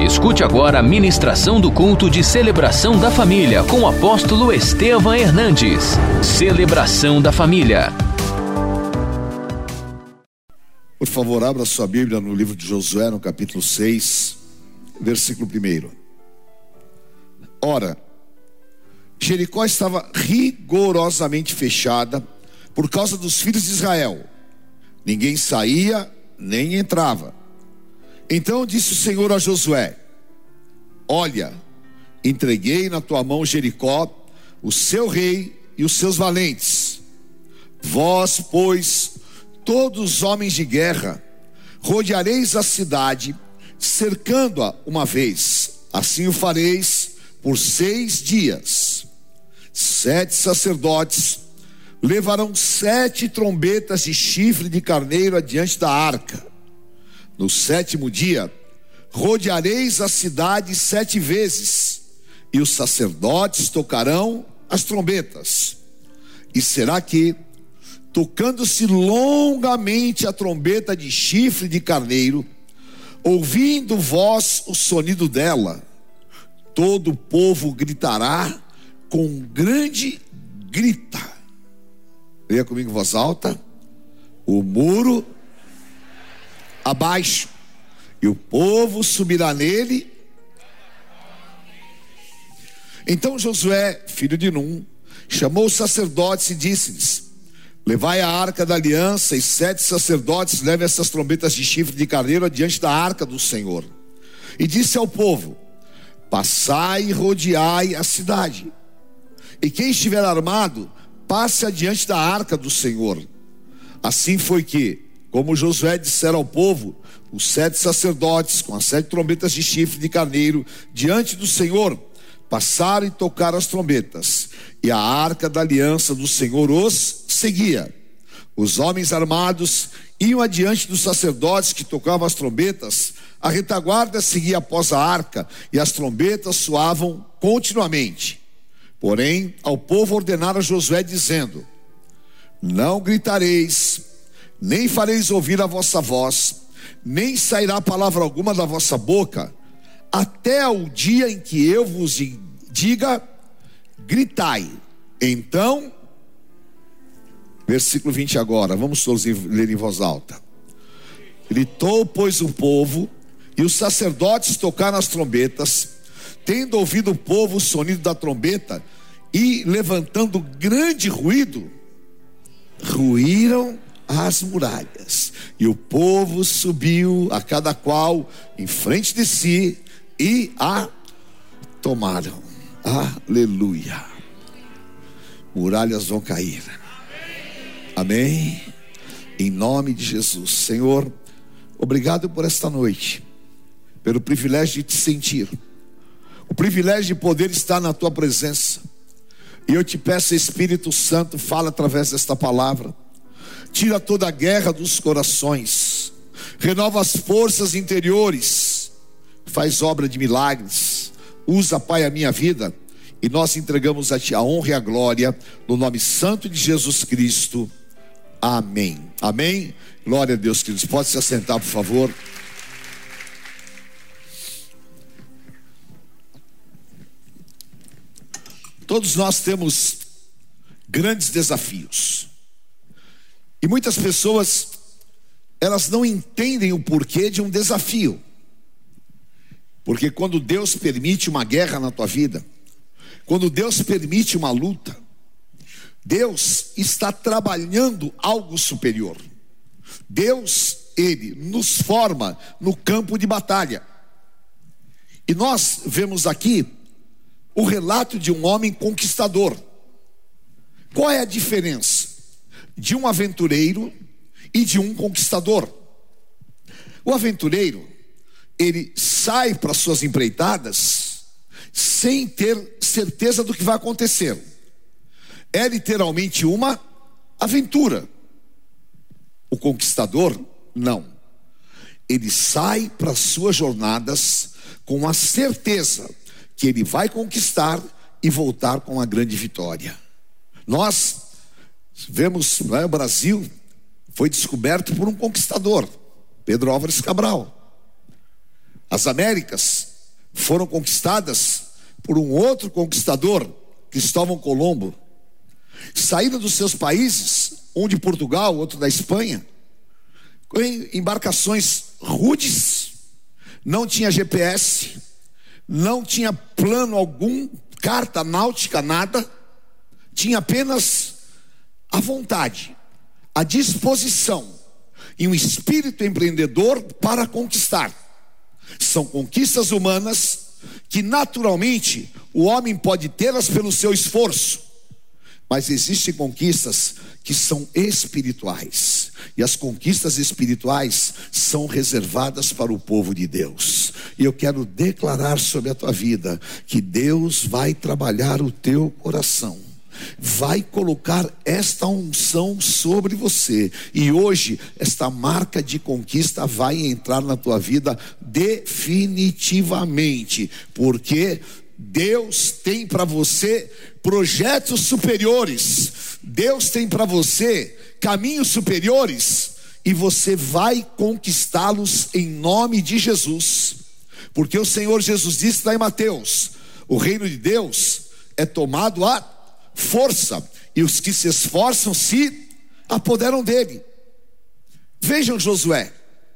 Escute agora a ministração do culto de celebração da família com o apóstolo Estevam Hernandes. Celebração da família. Por favor, abra sua Bíblia no livro de Josué, no capítulo 6, versículo 1. Ora, Jericó estava rigorosamente fechada por causa dos filhos de Israel. Ninguém saía nem entrava. Então disse o Senhor a Josué: olha, entreguei na tua mão Jericó, o seu rei e os seus valentes. Vós, pois, todos os homens de guerra, rodeareis a cidade, cercando-a uma vez. Assim o fareis por 6 dias. 7 sacerdotes levarão 7 trombetas de chifre de carneiro adiante da arca. No 7º dia, rodeareis a cidade 7 vezes, e os sacerdotes tocarão as trombetas. E será que, tocando-se longamente a trombeta de chifre de carneiro, ouvindo vós o sonido dela, todo o povo gritará com grande grita. Leia comigo em voz alta: o muro abaixo, e o povo subirá nele. Então Josué, filho de Num, chamou os sacerdotes e disse-lhes: levai a arca da aliança, e 7 sacerdotes levem essas trombetas de chifre de carneiro adiante da arca do Senhor. E disse ao povo: passai e rodeai a cidade, e quem estiver armado, passe adiante da arca do Senhor. Assim foi que, como Josué dissera ao povo, os 7 sacerdotes, com as 7 trombetas de chifre de carneiro, diante do Senhor, passaram e tocaram as trombetas, e a arca da aliança do Senhor os seguia. Os homens armados iam adiante dos sacerdotes que tocavam as trombetas, a retaguarda seguia após a arca, e as trombetas soavam continuamente. Porém, ao povo ordenara Josué, dizendo: não gritareis, nem fareis ouvir a vossa voz, nem sairá palavra alguma da vossa boca, até o dia em que eu vos diga: gritai. Então, versículo 20 agora, vamos todos ler em voz alta. Gritou, pois, o povo, e os sacerdotes tocaram as trombetas. Tendo ouvido o povo o sonido da trombeta, e levantando grande ruído, ruíram as muralhas, e o povo subiu, a cada qual em frente de si, e a tomaram. Aleluia. Muralhas vão cair. Amém. Em nome de Jesus. Senhor, obrigado por esta noite, pelo privilégio de te sentir, o privilégio de poder estar na tua presença. E eu te peço, Espírito Santo, fala através desta palavra. Tira toda a guerra dos corações, renova as forças interiores, faz obra de milagres. Usa, Pai, a minha vida, e nós entregamos a Ti a honra e a glória, no nome santo de Jesus Cristo. Amém. Amém. Glória a Deus, queridos. Pode se assentar, por favor. Todos nós temos grandes desafios, e muitas pessoas, elas não entendem o porquê de um desafio. Porque quando Deus permite uma guerra na tua vida, quando Deus permite uma luta, Deus está trabalhando algo superior. Deus, Ele nos forma no campo de batalha. E nós vemos aqui o relato de um homem conquistador. Qual é a diferença de um aventureiro e de um conquistador? O aventureiro, ele sai para suas empreitadas sem ter certeza do que vai acontecer. É literalmente uma aventura. O conquistador, não. Ele sai para suas jornadas com a certeza que ele vai conquistar e voltar com uma grande vitória. Nós vemos, o Brasil foi descoberto por um conquistador, Pedro Álvares Cabral. As Américas foram conquistadas por um outro conquistador, Cristóvão Colombo. Saíram dos seus países, um de Portugal, outro da Espanha, em embarcações rudes, não tinha GPS, não tinha plano algum, carta náutica, nada, tinha apenas a vontade, a disposição e um espírito empreendedor para conquistar. São conquistas humanas que naturalmente o homem pode tê-las pelo seu esforço, mas existem conquistas que são espirituais, e as conquistas espirituais são reservadas para o povo de Deus. E eu quero declarar sobre a tua vida que Deus vai trabalhar o teu coração, vai colocar esta unção sobre você, e hoje esta marca de conquista vai entrar na tua vida definitivamente, porque Deus tem para você projetos superiores, Deus tem para você caminhos superiores, e você vai conquistá-los em nome de Jesus, porque o Senhor Jesus disse lá em Mateus: o reino de Deus é tomado à força, e os que se esforçam se apoderam dele. Vejam Josué,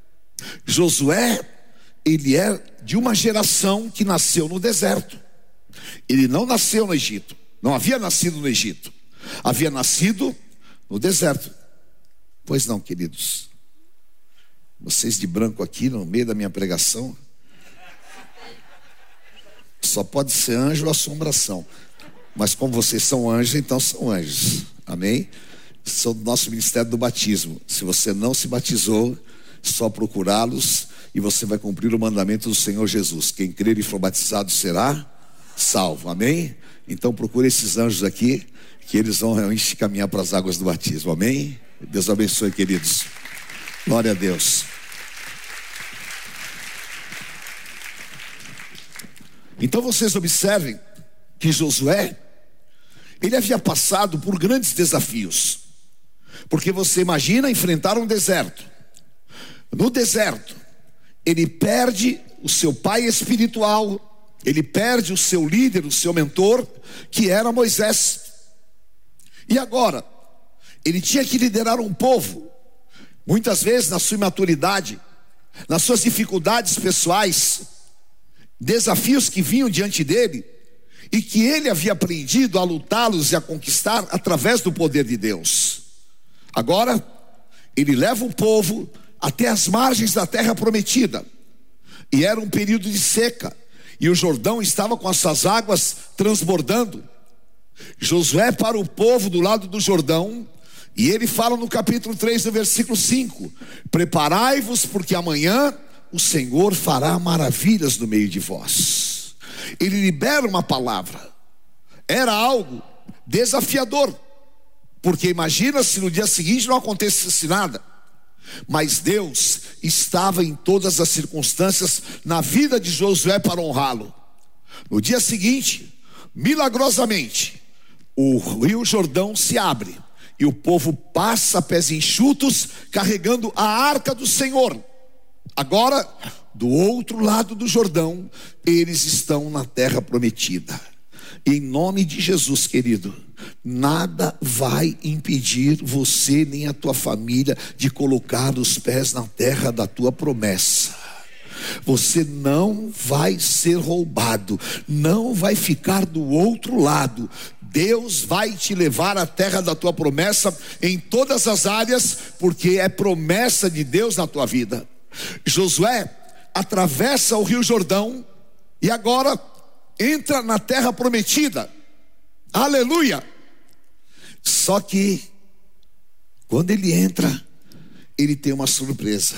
ele é de uma geração que nasceu no deserto. Ele não nasceu no Egito, não havia nascido no Egito, havia nascido no deserto. Pois não, queridos, vocês de branco aqui no meio da minha pregação, só pode ser anjo ou assombração, mas como vocês são anjos, então são anjos, amém? São do nosso ministério do batismo. Se você não se batizou, só procurá-los e você vai cumprir o mandamento do Senhor Jesus: quem crer e for batizado será salvo, amém? Então procure esses anjos aqui, que eles vão realmente caminhar para as águas do batismo, amém? Deus abençoe, queridos, glória a Deus. Então vocês observem que Josué, ele havia passado por grandes desafios, porque você imagina enfrentar um deserto. No deserto ele perde o seu pai espiritual, ele perde o seu líder, o seu mentor, que era Moisés. E agora ele tinha que liderar um povo, muitas vezes na sua imaturidade, nas suas dificuldades pessoais, desafios que vinham diante dele, e que ele havia aprendido a lutá-los e a conquistar através do poder de Deus. Agora ele leva o povo até as margens da terra prometida, e era um período de seca, e o Jordão estava com as suas águas transbordando. Josué para o povo do lado do Jordão, e ele fala no capítulo 3, no versículo 5: preparai-vos, porque amanhã o Senhor fará maravilhas no meio de vós. Ele libera uma palavra. Era algo desafiador, porque imagina se no dia seguinte não acontecesse nada. Mas Deus estava em todas as circunstâncias na vida de Josué para honrá-lo. No dia seguinte, milagrosamente, o rio Jordão se abre, e o povo passa pés enxutos, carregando a arca do Senhor. Agora, do outro lado do Jordão, eles estão na terra prometida. Em nome de Jesus, querido, nada vai impedir você nem a tua família de colocar os pés na terra da tua promessa. Você não vai ser roubado, não vai ficar do outro lado. Deus vai te levar à terra da tua promessa em todas as áreas, porque é promessa de Deus na tua vida. Josué atravessa o rio Jordão e agora entra na terra prometida. Aleluia! Só que quando ele entra, ele tem uma surpresa.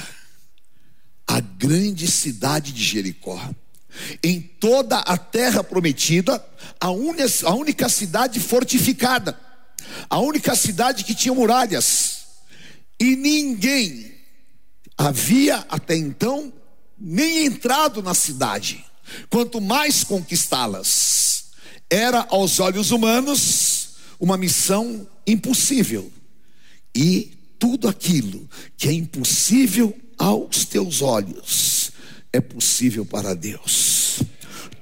A grande cidade de Jericó, em toda a terra prometida, a única cidade fortificada, a única cidade que tinha muralhas, e ninguém havia até então nem entrado na cidade, quanto mais conquistá-las. Era aos olhos humanos uma missão impossível, e tudo aquilo que é impossível aos teus olhos é possível para Deus.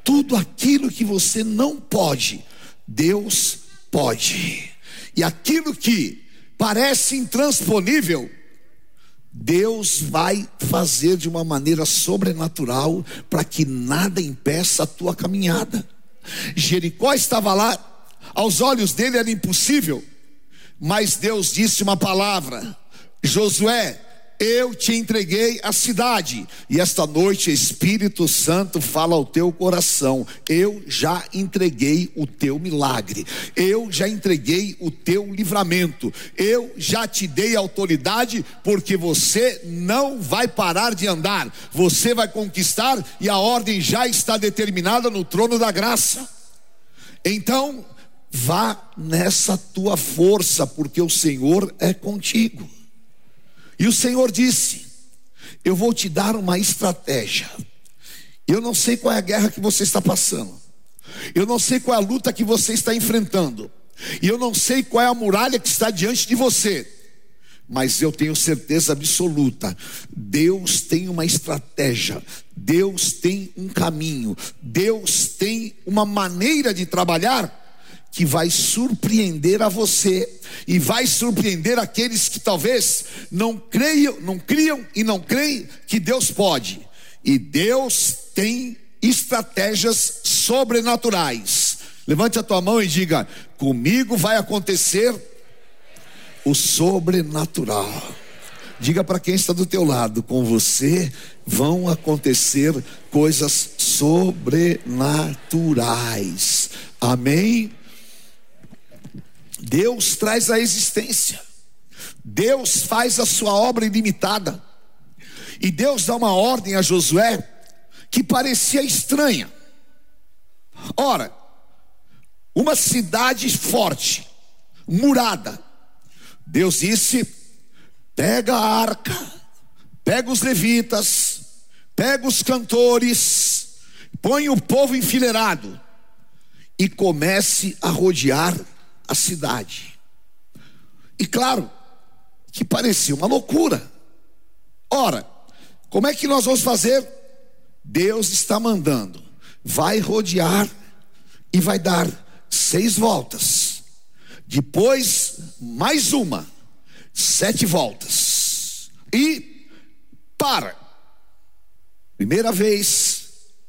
tudo aquilo que você não pode, Deus pode. E aquilo que parece intransponível, Deus vai fazer de uma maneira sobrenatural, para que nada impeça a tua caminhada. Jericó estava lá, aos olhos dele era impossível, mas Deus disse uma palavra: Josué, eu te entreguei a cidade. E esta noite Espírito Santo fala ao teu coração: eu já entreguei o teu milagre, eu já entreguei o teu livramento, eu já te dei autoridade, porque você não vai parar de andar, você vai conquistar, e a ordem já está determinada no trono da graça. Então vá nessa tua força, porque o Senhor é contigo. E o Senhor disse: eu vou te dar uma estratégia. Eu não sei qual é a guerra que você está passando, eu não sei qual é a luta que você está enfrentando, e eu não sei qual é a muralha que está diante de você, mas eu tenho certeza absoluta: Deus tem uma estratégia, Deus tem um caminho, Deus tem uma maneira de trabalhar que vai surpreender a você, e vai surpreender aqueles que talvez não criam e não creem que Deus pode. E Deus tem estratégias sobrenaturais. Levante a tua mão e diga: comigo vai acontecer o sobrenatural. Diga para quem está do teu lado: com você vão acontecer coisas sobrenaturais. Amém? Deus traz a existência, Deus faz a sua obra ilimitada. E Deus dá uma ordem a Josué que parecia estranha. Ora, uma cidade forte, murada. Deus disse: pega a arca, pega os levitas, pega os cantores, põe o povo enfileirado e comece a rodear a cidade. E claro que parecia uma loucura. Ora, como é que nós vamos fazer? Deus está mandando: vai rodear e vai dar 6 voltas, depois mais uma, 7 voltas, e para. Primeira vez,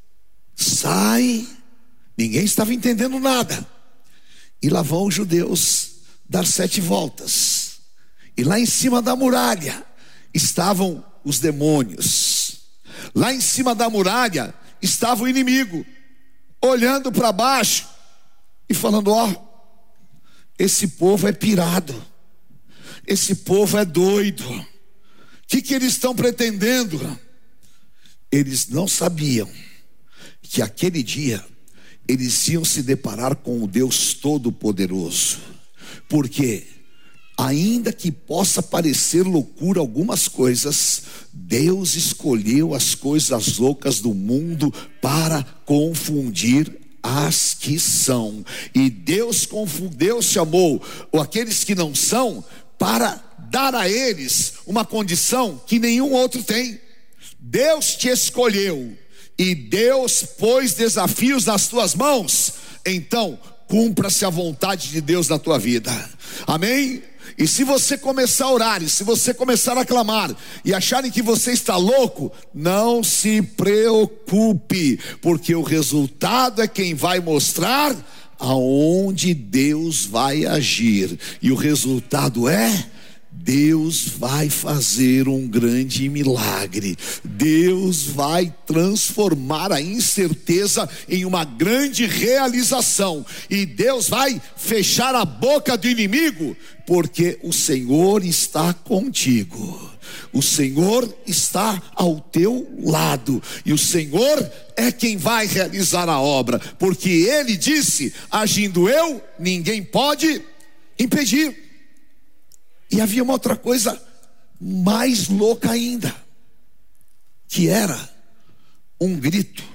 sai, ninguém estava entendendo nada. E lá vão os judeus dar 7 voltas. E lá em cima da muralha estavam os demônios. Lá em cima da muralha estava o inimigo, olhando para baixo e falando: ó, esse povo é pirado, esse povo é doido, o que eles estão pretendendo? Eles não sabiam que aquele dia eles iam se deparar com o Deus Todo-Poderoso. Porque ainda que possa parecer loucura algumas coisas, Deus escolheu as coisas loucas do mundo para confundir as que são. E Deus chamou aqueles que não são para dar a eles uma condição que nenhum outro tem. Deus te escolheu e Deus pôs desafios nas tuas mãos. Então cumpra-se a vontade de Deus na tua vida. Amém? E se você começar a orar, e se você começar a clamar e acharem que você está louco, não se preocupe, porque o resultado é quem vai mostrar aonde Deus vai agir. E o resultado é: Deus vai fazer um grande milagre. Deus vai transformar a incerteza em uma grande realização. E Deus vai fechar a boca do inimigo, porque o Senhor está contigo. O Senhor está ao teu lado. E o Senhor é quem vai realizar a obra. Porque Ele disse: agindo eu, ninguém pode impedir. E havia uma outra coisa mais louca ainda, que era um grito.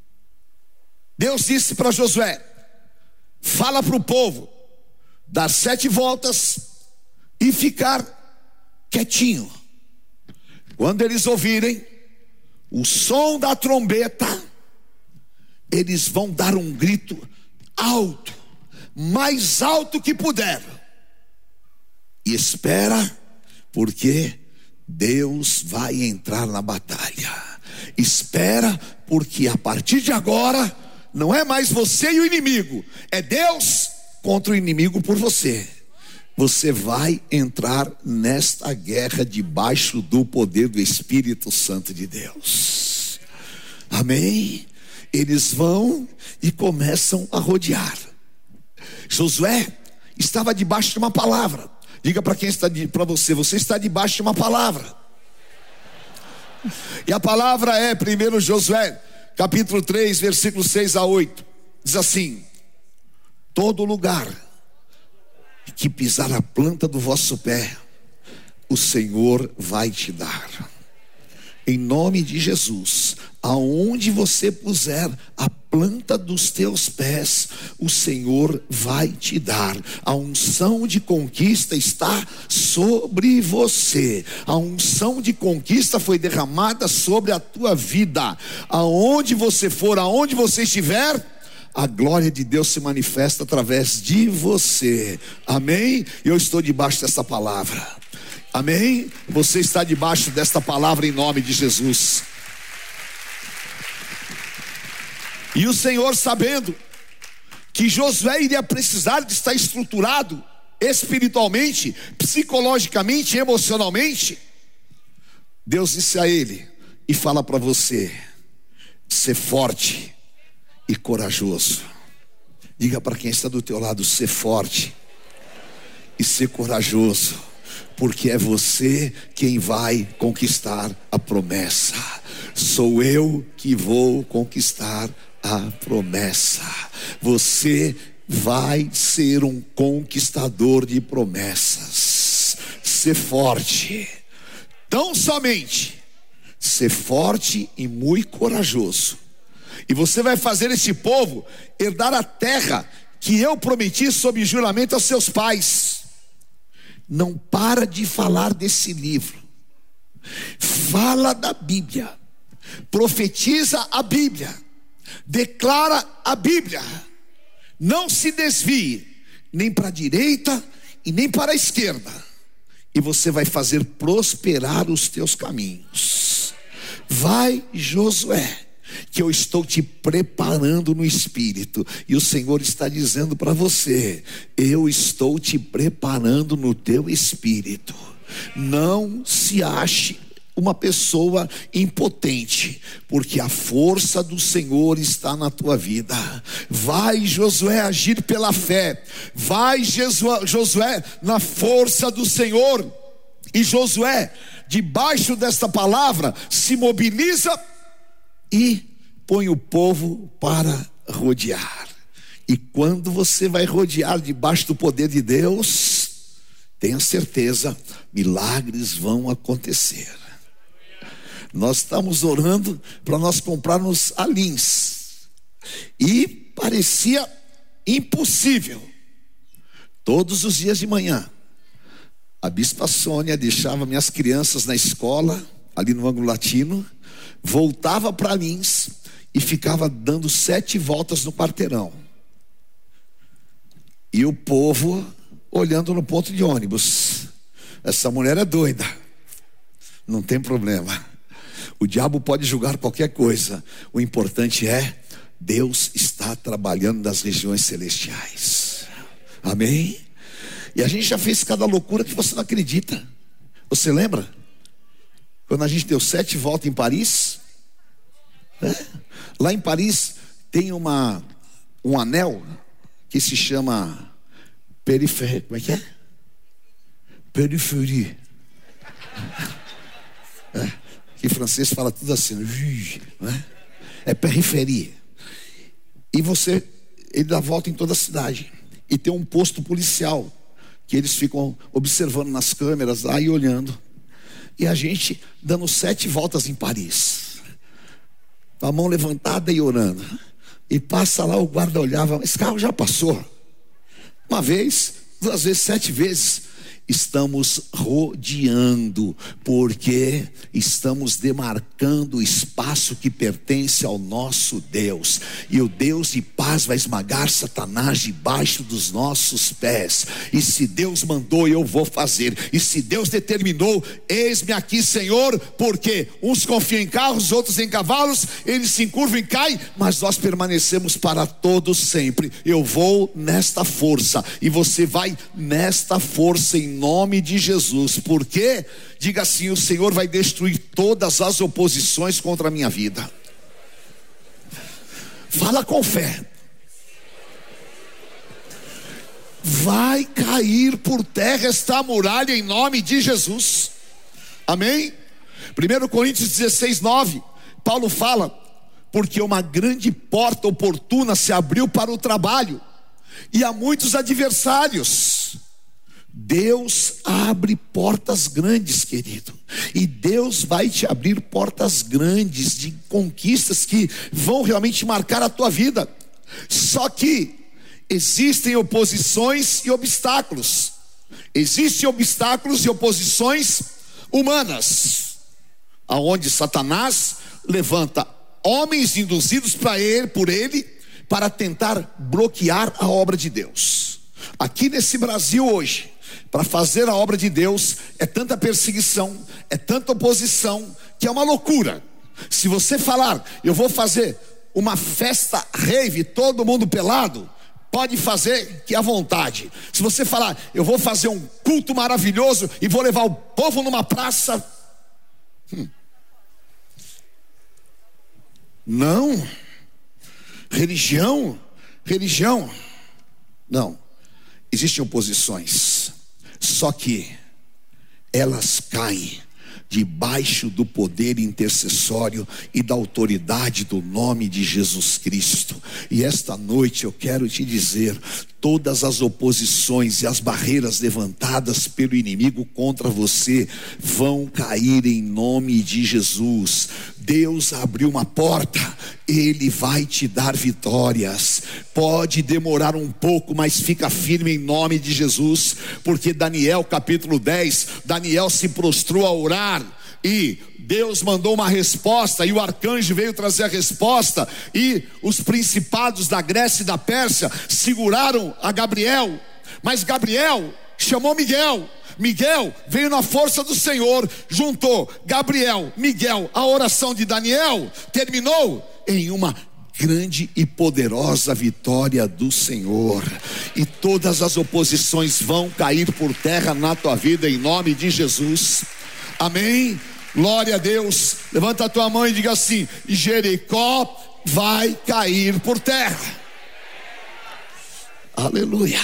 Deus disse para Josué: fala para o povo dar 7 voltas e ficar quietinho. Quando eles ouvirem o som da trombeta, eles vão dar um grito alto, mais alto que puder. E espera, porque Deus vai entrar na batalha. Espera, porque a partir de agora não é mais você e o inimigo, é Deus contra o inimigo por você. Você vai entrar nesta guerra debaixo do poder do Espírito Santo de Deus. Amém? Eles vão e começam a rodear. Josué estava debaixo de uma palavra. Diga para quem está para você está debaixo de uma palavra. E a palavra é 1 Josué capítulo 3, versículos 6 a 8. Diz assim: todo lugar que pisar a planta do vosso pé, o Senhor vai te dar. Em nome de Jesus, aonde você puser a planta dos teus pés, o Senhor vai te dar. A unção de conquista está sobre você. A unção de conquista foi derramada sobre a tua vida. Aonde você for, aonde você estiver, a glória de Deus se manifesta através de você. Amém? Eu estou debaixo dessa palavra. Amém? Você está debaixo desta palavra em nome de Jesus. E o Senhor, sabendo que Josué iria precisar de estar estruturado espiritualmente, psicologicamente e emocionalmente, Deus disse a ele: e fala para você, ser forte e corajoso. Diga para quem está do teu lado, ser forte e ser corajoso, porque é você quem vai conquistar a promessa. Sou eu que vou conquistar a promessa. Você vai ser um conquistador de promessas. Ser forte, tão somente ser forte e muito corajoso. E você vai fazer esse povo herdar a terra que eu prometi sob juramento aos seus pais. Não para de falar desse livro. Fala da Bíblia. Profetiza a Bíblia. Declara a Bíblia. Não se desvie nem para a direita e nem para a esquerda. E você vai fazer prosperar os teus caminhos. Vai, Josué, que eu estou te preparando no Espírito. E o Senhor está dizendo para você: eu estou te preparando no teu Espírito. Não se ache uma pessoa impotente, porque a força do Senhor está na tua vida. Vai, Josué, agir pela fé. Vai, Josué, na força do Senhor. E Josué, debaixo desta palavra, se mobiliza e põe o povo para rodear. E quando você vai rodear debaixo do poder de Deus, tenha certeza, milagres vão acontecer. Nós estamos orando para nós comprarmos a Lins, e parecia impossível. Todos os dias de manhã, a bispa Sônia deixava minhas crianças na escola, ali no ângulo latino, voltava para Lins e ficava dando 7 voltas no quarteirão. E o povo olhando no ponto de ônibus. Essa mulher é doida. Não tem problema. O diabo pode julgar qualquer coisa. O importante é, Deus está trabalhando nas regiões celestiais. Amém? E a gente já fez cada loucura que você não acredita. Você lembra? Quando a gente deu 7 voltas em Paris, lá em Paris tem um anel que se chama periferia. Como é que é? Periferia. Que em francês fala tudo assim, né? É periferia. E ele dá volta em toda a cidade. E tem um posto policial que eles ficam observando nas câmeras lá e olhando. E a gente dando 7 voltas em Paris, com a mão levantada e orando. E passa lá, o guarda olhava, esse carro já passou. Uma vez, 2 vezes, 7 vezes. estamos rodeando, porque estamos demarcando o espaço que pertence ao nosso Deus, e o Deus de paz vai esmagar Satanás debaixo dos nossos pés. E se Deus mandou, eu vou fazer, e se Deus determinou, eis-me aqui, Senhor, porque uns confiam em carros, outros em cavalos, eles se encurvam e caem, mas nós permanecemos para todos sempre. Eu vou nesta força, e você vai nesta força, em nome de Jesus. Porque, diga assim: o Senhor vai destruir todas as oposições contra a minha vida. Fala com fé. Vai cair por terra esta muralha em nome de Jesus. Amém? 1 Coríntios 16:9, Paulo fala: porque uma grande porta oportuna se abriu para o trabalho, e há muitos adversários. Deus abre portas grandes, querido, e Deus vai te abrir portas grandes de conquistas que vão realmente marcar a tua vida. Só que existem oposições e obstáculos. Existem obstáculos e oposições humanas, aonde Satanás levanta homens induzidos por ele para tentar bloquear a obra de Deus. Aqui nesse Brasil hoje, para fazer a obra de Deus, é tanta perseguição, é tanta oposição, que é uma loucura. Se você falar: eu vou fazer uma festa rave, todo mundo pelado, pode fazer, que à vontade. Se você falar: eu vou fazer um culto maravilhoso e vou levar o povo numa praça, não. Religião, não. Existem oposições, só que elas caem debaixo do poder intercessório e da autoridade do nome de Jesus Cristo. E esta noite eu quero te dizer: todas as oposições e as barreiras levantadas pelo inimigo contra você vão cair em nome de Jesus. Deus abriu uma porta, Ele vai te dar vitórias. Pode demorar um pouco, mas fica firme em nome de Jesus. Porque Daniel capítulo 10, Daniel se prostrou a orar, e Deus mandou uma resposta, e o arcanjo veio trazer a resposta, e os principados da Grécia e da Pérsia seguraram a Gabriel, mas Gabriel chamou Miguel. Miguel veio na força do Senhor, juntou Gabriel, Miguel, a oração de Daniel terminou em uma grande e poderosa vitória do Senhor. E todas as oposições vão cair por terra na tua vida em nome de Jesus. Amém? Glória a Deus. Levanta a tua mão e diga assim: Jericó vai cair por terra. Aleluia.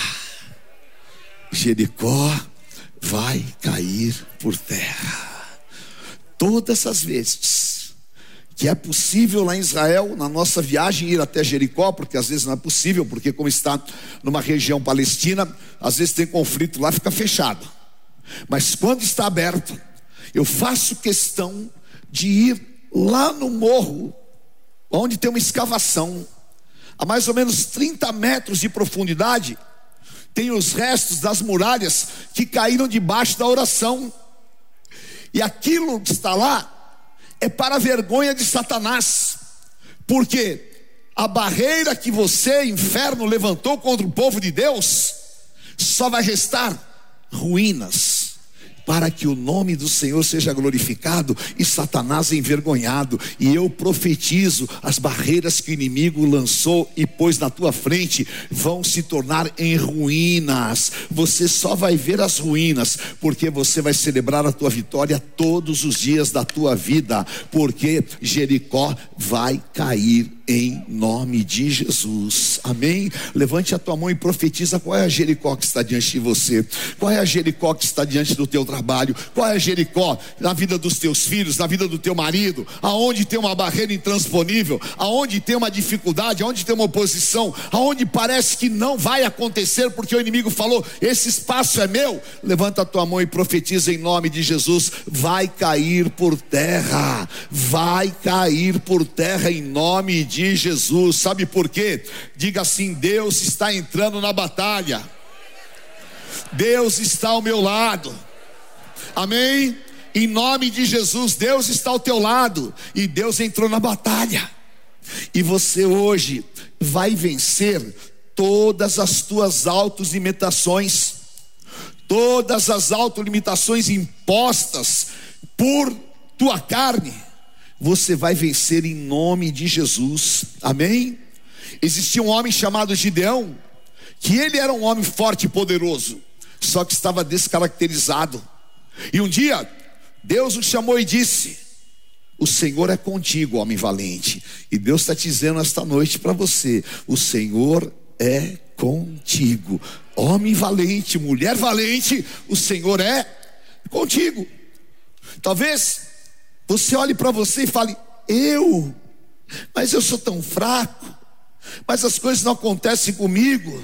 Jericó vai cair por terra. Todas as vezes que é possível lá em Israel, na nossa viagem, ir até Jericó, porque às vezes não é possível, porque como está numa região palestina, às vezes tem conflito lá, fica fechado. Mas quando está aberto, eu faço questão de ir lá no morro, onde tem uma escavação, a mais ou menos 30 metros de profundidade, tem os restos das muralhas que caíram debaixo da oração. E aquilo que está lá é para a vergonha de Satanás, porque a barreira que você, inferno, levantou contra o povo de Deus, só vai restar ruínas, para que o nome do Senhor seja glorificado e Satanás envergonhado. E eu profetizo: as barreiras que o inimigo lançou e pôs na tua frente vão se tornar em ruínas. Você só vai ver as ruínas, porque você vai celebrar a tua vitória todos os dias da tua vida, porque Jericó vai cair em nome de Jesus. Amém? Levante a tua mão e profetiza: qual é a Jericó que está diante de você? Qual é a Jericó que está diante do teu trabalho? Qual é a Jericó na vida dos teus filhos, na vida do teu marido? Aonde tem uma barreira intransponível, aonde tem uma dificuldade, aonde tem uma oposição, aonde parece que não vai acontecer, porque o inimigo falou: esse espaço é meu. Levanta a tua mão e profetiza em nome de Jesus: vai cair por terra, vai cair por terra em nome de Jesus. Sabe por quê? Diga assim: Deus está entrando na batalha. Deus está ao meu lado. Amém? Em nome de Jesus, Deus está ao teu lado. E Deus entrou na batalha. E você hoje vai vencer todas as tuas autolimitações. Todas as autolimitações impostas por tua carne, você vai vencer em nome de Jesus. Amém? Existia um homem chamado Gideão, que ele era um homem forte e poderoso, só que estava descaracterizado. E um dia Deus o chamou e disse: o Senhor é contigo, homem valente. E Deus está te dizendo esta noite para você: o Senhor é contigo, homem valente, mulher valente, o Senhor é contigo. Talvez você olhe para você e fale: mas eu sou tão fraco, mas as coisas não acontecem comigo.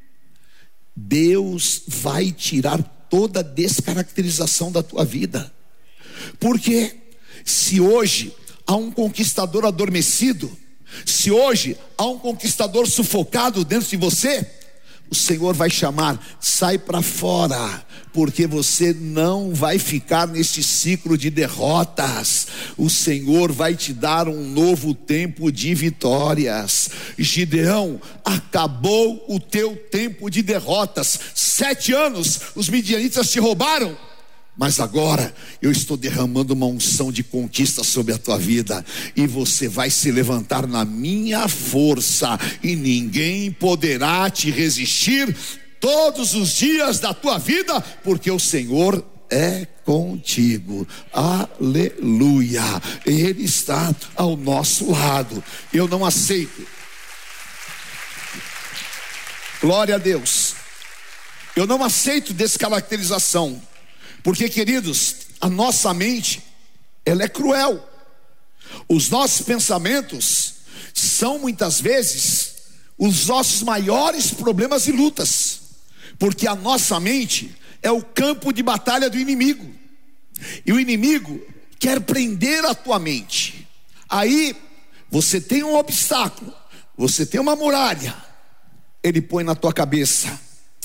Deus vai tirar toda a descaracterização da tua vida. Porque se hoje há um conquistador adormecido, se hoje há um conquistador sufocado dentro de você, o Senhor vai chamar: sai para fora, porque você não vai ficar neste ciclo de derrotas. O Senhor vai te dar um novo tempo de vitórias. Gideão, acabou o teu tempo de derrotas. 7 anos os midianitas te roubaram, mas agora eu estou derramando uma unção de conquista sobre a tua vida, e você vai se levantar na minha força, e ninguém poderá te resistir todos os dias da tua vida, porque o Senhor é contigo. Aleluia. Ele está ao nosso lado. Eu não aceito, glória a Deus, eu não aceito descaracterização. Porque, queridos, a nossa mente, ela é cruel. Os nossos pensamentos são muitas vezes os nossos maiores problemas e lutas. Porque a nossa mente é o campo de batalha do inimigo. E o inimigo quer prender a tua mente. Aí você tem um obstáculo, você tem uma muralha. Ele põe na tua cabeça: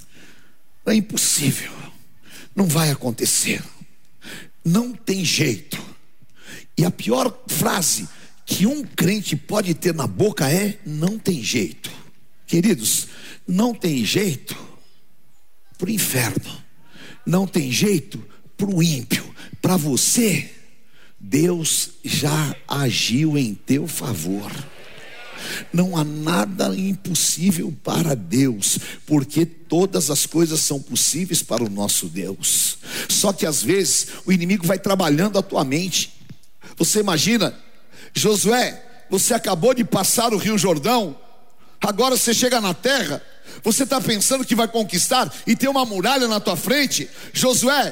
é impossível, não vai acontecer, não tem jeito. E a pior frase que um crente pode ter na boca é: não tem jeito. Queridos, não tem jeito para o inferno, não tem jeito para o ímpio. Para você, Deus já agiu em teu favor. Não há nada impossível para Deus, porque todas as coisas são possíveis para o nosso Deus. Só que às vezes o inimigo vai trabalhando a tua mente. Você imagina, Josué, você acabou de passar o Rio Jordão, agora você chega na terra, você está pensando que vai conquistar e tem uma muralha na tua frente. Josué,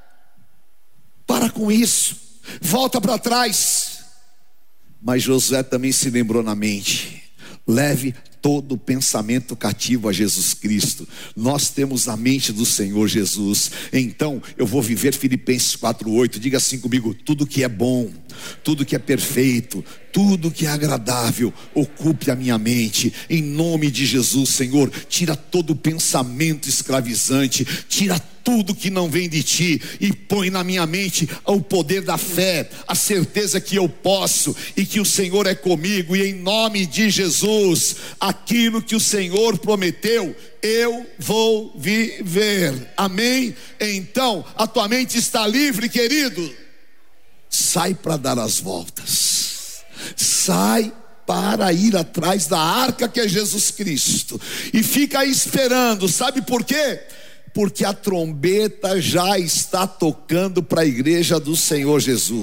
para com isso, volta para trás. Mas Josué também se lembrou na mente: leve todo pensamento cativo a Jesus Cristo. Nós temos a mente do Senhor Jesus. Então eu vou viver Filipenses 4:8. Diga assim comigo: tudo que é bom, tudo que é perfeito, tudo que é agradável, ocupe a minha mente. Em nome de Jesus, Senhor, tira todo pensamento escravizante, tira tudo que não vem de ti e põe na minha mente o poder da fé, a certeza que eu posso e que o Senhor é comigo. E em nome de Jesus, aquilo que o Senhor prometeu, eu vou viver. Amém? Então a tua mente está livre, querido. Sai para dar as voltas, sai para ir atrás da arca que é Jesus Cristo, e fica aí esperando. Sabe por quê? Porque a trombeta já está tocando para a igreja do Senhor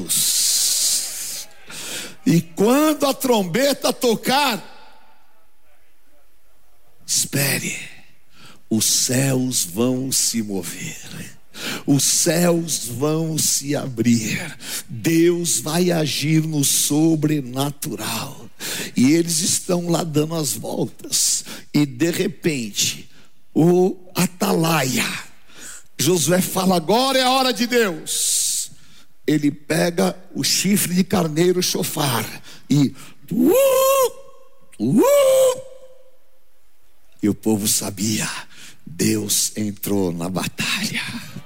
Jesus. E quando a trombeta tocar, espere, os céus vão se mover, os céus vão se abrir, Deus vai agir no sobrenatural. E eles estão lá dando as voltas, e de repente o atalaia, Josué fala: agora é a hora de Deus. Ele pega o chifre de carneiro, chofar, e E o povo sabia: Deus entrou na batalha,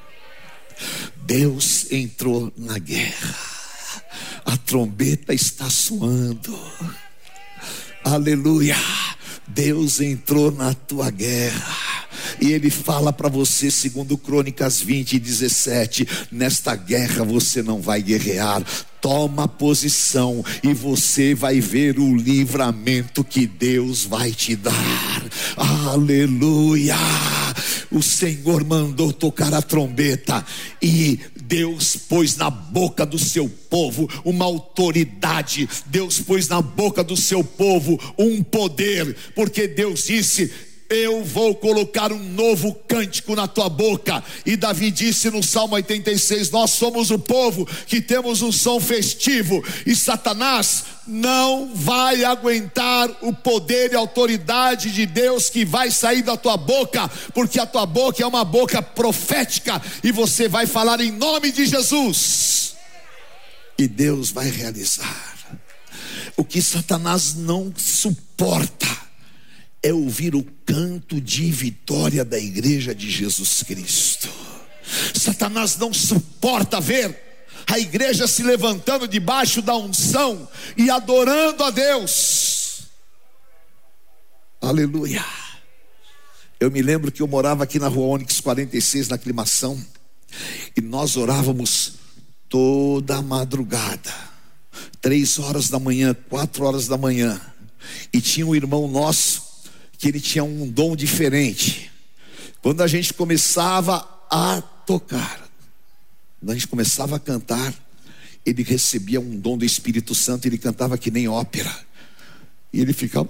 Deus entrou na guerra, a trombeta está soando, aleluia, Deus entrou na tua guerra. E ele fala para você, segundo Crônicas 20:17, nesta guerra você não vai guerrear. Toma posição e você vai ver o livramento que Deus vai te dar. Aleluia! O Senhor mandou tocar a trombeta e Deus pôs na boca do seu povo uma autoridade. Deus pôs na boca do seu povo um poder, porque Deus disse: eu vou colocar um novo cântico na tua boca. E Davi disse no Salmo 86: nós somos o povo que temos um som festivo. E Satanás não vai aguentar o poder e a autoridade de Deus que vai sair da tua boca, porque a tua boca é uma boca profética, e você vai falar em nome de Jesus, e Deus vai realizar. O que Satanás não suporta é ouvir o canto de vitória da igreja de Jesus Cristo. Satanás não suporta ver a igreja se levantando debaixo da unção e adorando a Deus. Aleluia. Eu me lembro que eu morava aqui na rua Ônix 46, na Aclimação, e nós orávamos toda a madrugada, 3 horas da manhã, 4 horas da manhã. E tinha um irmão nosso que ele tinha um dom diferente. Quando a gente começava a tocar, quando a gente começava a cantar, ele recebia um dom do Espírito Santo. Ele cantava que nem ópera, e ele ficava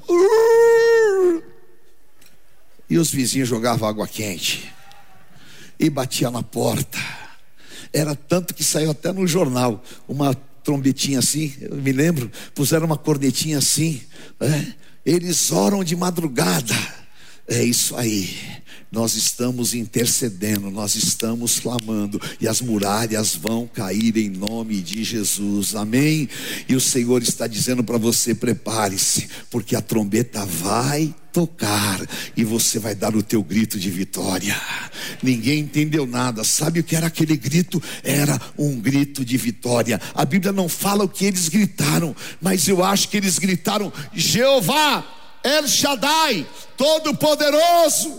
e os vizinhos jogavam água quente e batia na porta. Era tanto que saiu até no jornal uma trombetinha assim, eu me lembro, puseram uma cornetinha assim, eles oram de madrugada. É isso aí, nós estamos intercedendo, nós estamos clamando, e as muralhas vão cair em nome de Jesus, amém? E o Senhor está dizendo para você: prepare-se, porque a trombeta vai tocar e você vai dar o teu grito de vitória. Ninguém entendeu nada. Sabe o que era aquele grito? Era um grito de vitória. A Bíblia não fala o que eles gritaram, mas eu acho que eles gritaram: Jeová El Shaddai, Todo-Poderoso.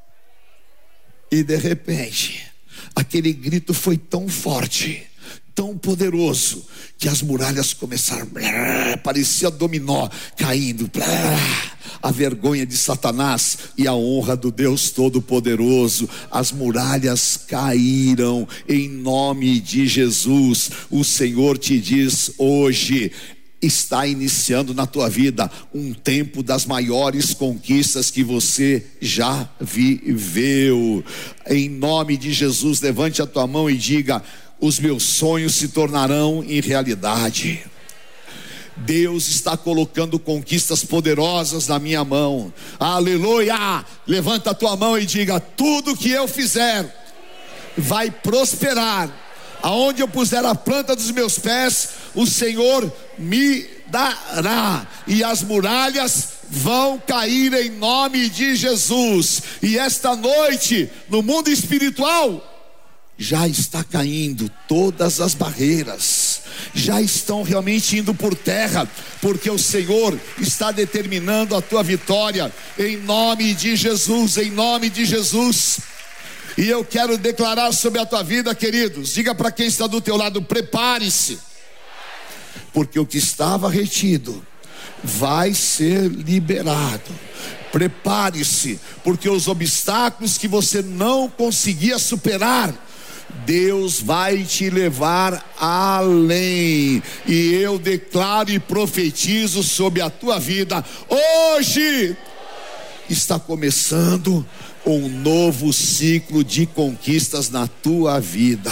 E de repente, aquele grito foi tão forte, tão poderoso, que as muralhas começaram, parecia dominó caindo, a vergonha de Satanás e a honra do Deus Todo-Poderoso. As muralhas caíram em nome de Jesus. O Senhor te diz hoje: está iniciando na tua vida um tempo das maiores conquistas que você já viveu. Em nome de Jesus, levante a tua mão e diga: os meus sonhos se tornarão em realidade. Deus está colocando conquistas poderosas na minha mão. Aleluia! Levanta a tua mão e diga: tudo que eu fizer vai prosperar. Aonde eu puser a planta dos meus pés, o Senhor me dará, e as muralhas vão cair em nome de Jesus. E esta noite, no mundo espiritual, já está caindo todas as barreiras, já estão realmente indo por terra, porque o Senhor está determinando a tua vitória, em nome de Jesus, em nome de Jesus. E eu quero declarar sobre a tua vida, queridos, diga para quem está do teu lado: prepare-se, porque o que estava retido vai ser liberado. Prepare-se, porque os obstáculos que você não conseguia superar, Deus vai te levar além. E eu declaro e profetizo sobre a tua vida: hoje está começando um novo ciclo de conquistas na tua vida.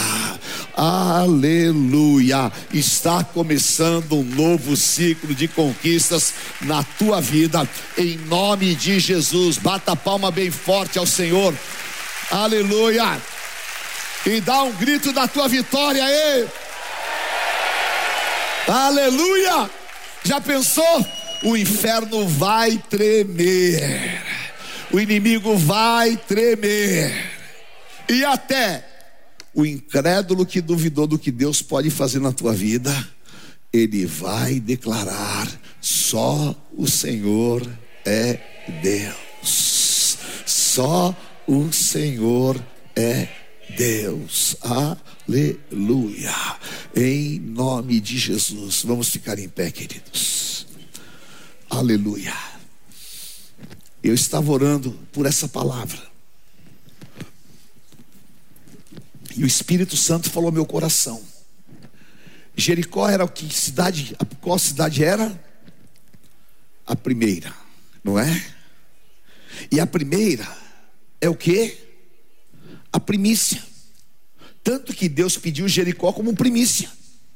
Aleluia! Está começando um novo ciclo de conquistas na tua vida, em nome de Jesus. Bata a palma bem forte ao Senhor. Aleluia! E dá um grito da tua vitória aí. Aleluia! Já pensou? O inferno vai tremer. o inimigo vai tremer. E até o incrédulo que duvidou do que Deus pode fazer na tua vida, ele vai declarar: só o Senhor é Deus. Só o Senhor é Deus. Aleluia. Em nome de Jesus. Vamos ficar em pé, queridos. Aleluia. Eu estava orando por essa palavra, e o Espírito Santo falou ao meu coração. Jericó era o que cidade? Qual cidade era? A primeira, não é? E a primeira é o quê? A primícia. Tanto que Deus pediu Jericó como primícia.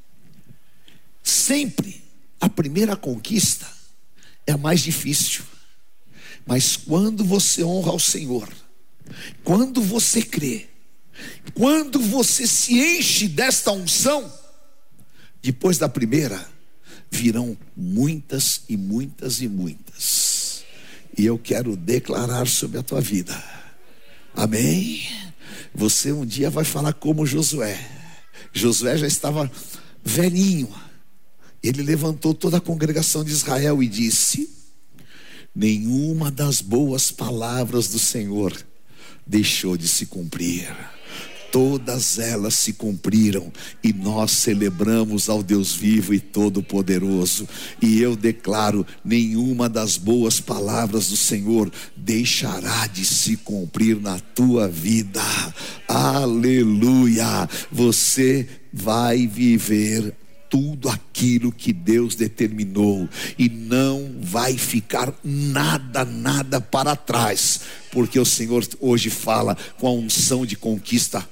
Sempre a primeira conquista é a mais difícil. Mas quando você honra ao Senhor, quando você crê, quando você se enche desta unção, depois da primeira virão muitas e muitas e muitas. E eu quero declarar sobre a tua vida, amém? Você um dia vai falar como Josué. Josué já estava velhinho. Ele levantou toda a congregação de Israel e disse: nenhuma das boas palavras do Senhor deixou de se cumprir. Todas elas se cumpriram, e nós celebramos ao Deus vivo e todo-poderoso. E eu declaro: nenhuma das boas palavras do Senhor deixará de se cumprir na tua vida. Aleluia. Você vai viver tudo aquilo que Deus determinou, e não vai ficar nada para trás, porque o Senhor hoje fala com a unção de conquista.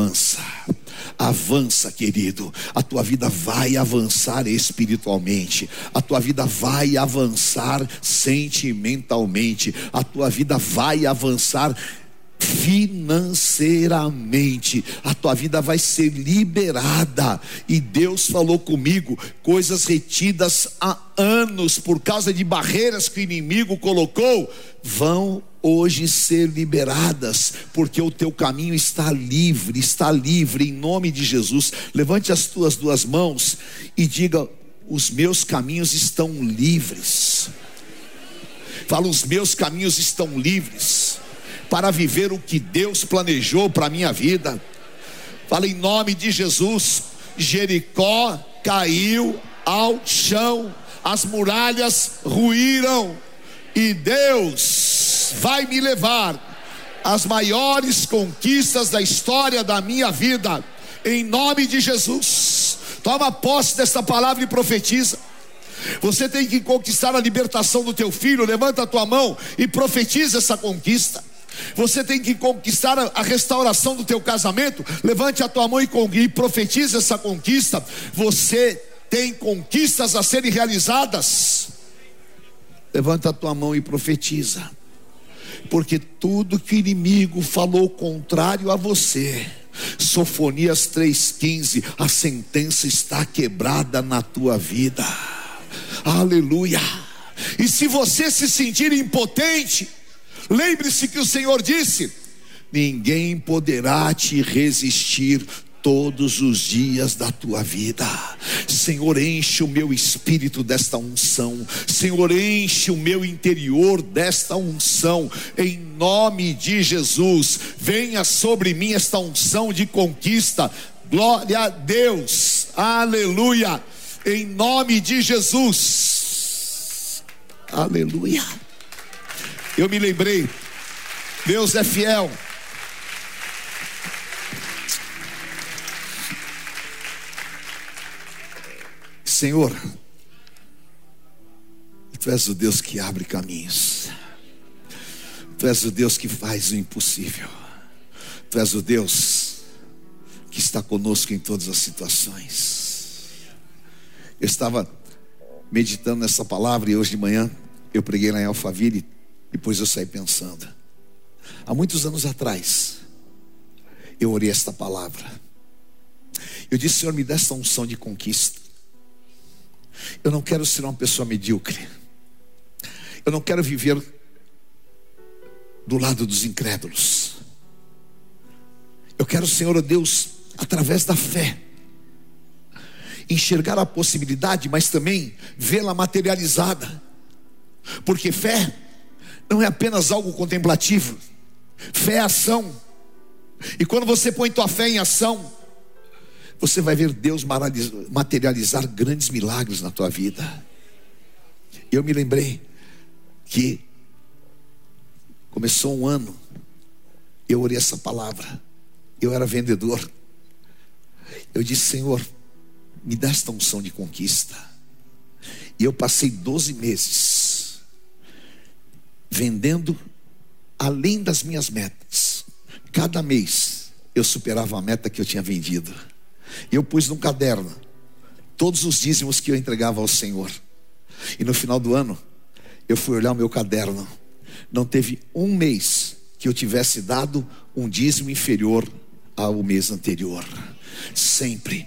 Avança, querido. A tua vida vai avançar espiritualmente, a tua vida vai avançar sentimentalmente, a tua vida vai avançar financeiramente, a tua vida vai ser liberada. E Deus falou comigo: coisas retidas há anos por causa de barreiras que o inimigo colocou, vão hoje ser liberadas, porque o teu caminho está livre em nome de Jesus. Levante as tuas duas mãos e diga: os meus caminhos estão livres. Fala: os meus caminhos estão livres para viver o que Deus planejou para a minha vida. Fala: em nome de Jesus. Jericó caiu ao chão, as muralhas ruíram, e Deus vai me levar às maiores conquistas da história da minha vida, em nome de Jesus. Toma posse desta palavra e profetiza. Você tem que conquistar a libertação do teu filho. Levanta a tua mão e profetiza essa conquista. Você tem que conquistar a restauração do teu casamento. Levante a tua mão e profetize essa conquista. Você tem conquistas a serem realizadas. Levanta a tua mão e profetiza, porque tudo que o inimigo falou contrário a você, Sofonias 3,15, a sentença está quebrada na tua vida. Aleluia. E se você se sentir impotente, lembre-se que o Senhor disse: ninguém poderá te resistir todos os dias da tua vida. Senhor, enche o meu espírito desta unção. Senhor, enche o meu interior desta unção, em nome de Jesus. Venha sobre mim esta unção de conquista. Glória a Deus, aleluia, em nome de Jesus. Aleluia. Eu me lembrei, Deus é fiel. Senhor, Tu és o Deus que abre caminhos, Tu és o Deus que faz o impossível, Tu és o Deus que está conosco em todas as situações. Eu estava meditando nessa palavra, e hoje de manhã eu preguei lá em Alphaville. Depois eu saí pensando, há muitos anos atrás eu orei esta palavra. Eu disse: Senhor, me dá esta unção de conquista. Eu não quero ser uma pessoa medíocre. Eu não quero viver do lado dos incrédulos. Eu quero, Senhor Deus, através da fé, enxergar a possibilidade, mas também vê-la materializada. Porque fé não é apenas algo contemplativo. Fé é ação. E quando você põe tua fé em ação, você vai ver Deus materializar grandes milagres na tua vida. Eu me lembrei que começou um ano, eu orei essa palavra. Eu era vendedor. Eu disse: Senhor, me dá esta unção de conquista. E eu passei 12 meses vendendo além das minhas metas. Cada mês eu superava a meta que eu tinha vendido. Eu pus num caderno todos os dízimos que eu entregava ao Senhor. E no final do ano eu fui olhar o meu caderno. Não teve um mês que eu tivesse dado um dízimo inferior ao mês anterior. Sempre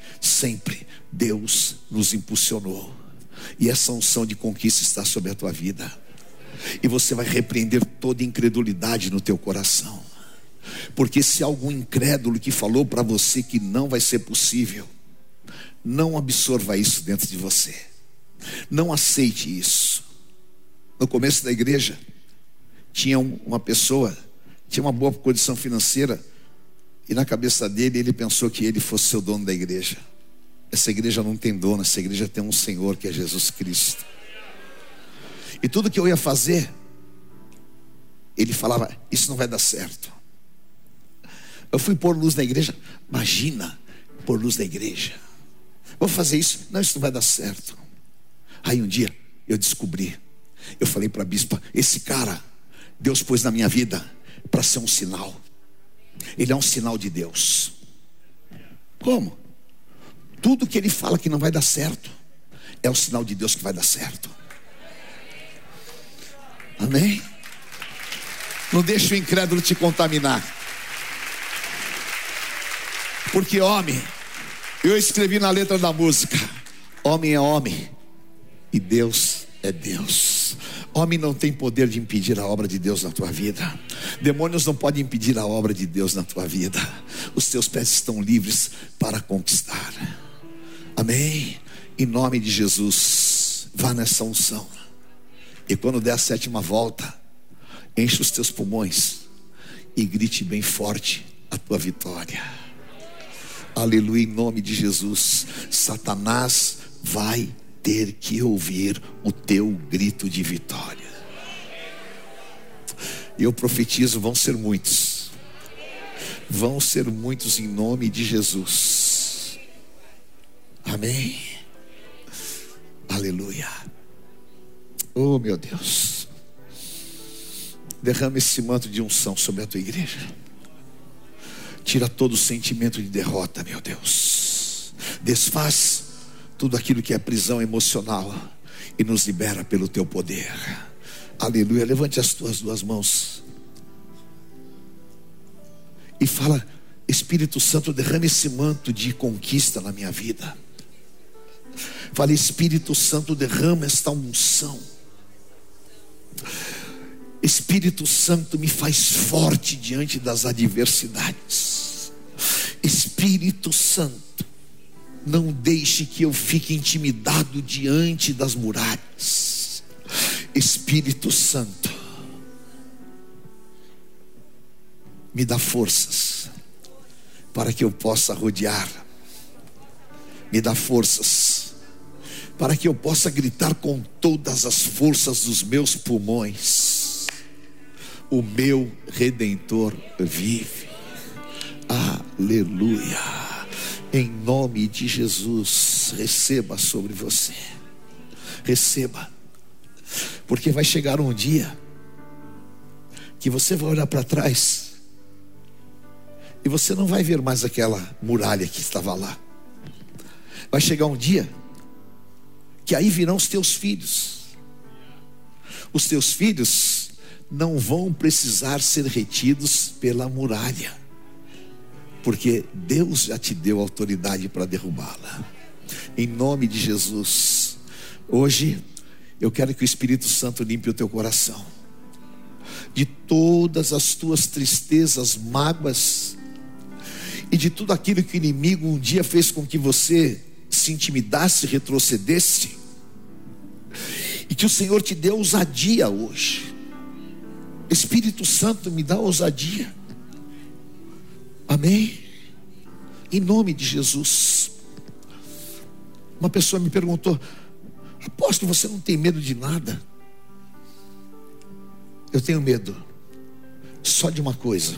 Deus nos impulsionou. E essa unção de conquista está sobre a tua vida. E você vai repreender toda incredulidade no teu coração. Porque se algum incrédulo que falou para você que não vai ser possível, não absorva isso dentro de você. Não aceite isso. No começo da igreja, tinha uma pessoa, tinha uma boa condição financeira, e na cabeça dele, ele pensou que ele fosse ser o dono da igreja. Essa igreja não tem dono, essa igreja tem um Senhor, que é Jesus Cristo. E tudo que eu ia fazer, ele falava: isso não vai dar certo. Eu fui pôr luz na igreja. Imagina, pôr luz na igreja. Vou fazer isso. Não, isso não vai dar certo. Aí um dia, eu descobri. Eu falei para a bispa: esse cara, Deus pôs na minha vida para ser um sinal. Ele é um sinal de Deus. Como? Tudo que ele fala que não vai dar certo, é o sinal de Deus que vai dar certo. Amém? Não deixe o incrédulo te contaminar. Porque homem, eu escrevi na letra da música: homem é homem e Deus é Deus. Homem não tem poder de impedir a obra de Deus na tua vida. Demônios não podem impedir a obra de Deus na tua vida. Os teus pés estão livres para conquistar. Amém? Em nome de Jesus, vá nessa unção. E quando der a 7ª volta, enche os teus pulmões e grite bem forte a tua vitória. Aleluia, em nome de Jesus. Satanás vai ter que ouvir o teu grito de vitória. E eu profetizo: vão ser muitos. Vão ser muitos em nome de Jesus. Amém. Aleluia. Oh meu Deus, derrama esse manto de unção sobre a tua igreja. Tira todo o sentimento de derrota, meu Deus. Desfaz tudo aquilo que é prisão emocional e nos libera pelo teu poder. Aleluia. Levante as tuas duas mãos e fala: Espírito Santo, derrame esse manto de conquista na minha vida. Fale: Espírito Santo, derrama esta unção. Espírito Santo, me faz forte diante das adversidades. Espírito Santo, não deixe que eu fique intimidado diante das muralhas. Espírito Santo, me dá forças para que eu possa rodear. Me dá forças para que eu possa gritar com todas as forças dos meus pulmões: o meu Redentor vive. Aleluia. Em nome de Jesus, receba sobre você. Receba. Porque vai chegar um dia que você vai olhar para trás e você não vai ver mais aquela muralha que estava lá. Vai chegar um dia que aí virão os teus filhos. Os teus filhos não vão precisar ser retidos pela muralha, porque Deus já te deu autoridade para derrubá-la. Em nome de Jesus, hoje eu quero que o Espírito Santo limpe o teu coração. de todas as tuas tristezas, mágoas e de tudo aquilo que o inimigo um dia fez com que você se intimidasse, retrocedesse, e que o Senhor te dê ousadia hoje. Espírito Santo, me dá ousadia. Amém? Em nome de Jesus. Uma pessoa me perguntou: apóstolo, você não tem medo de nada? Eu tenho medo só de uma coisa.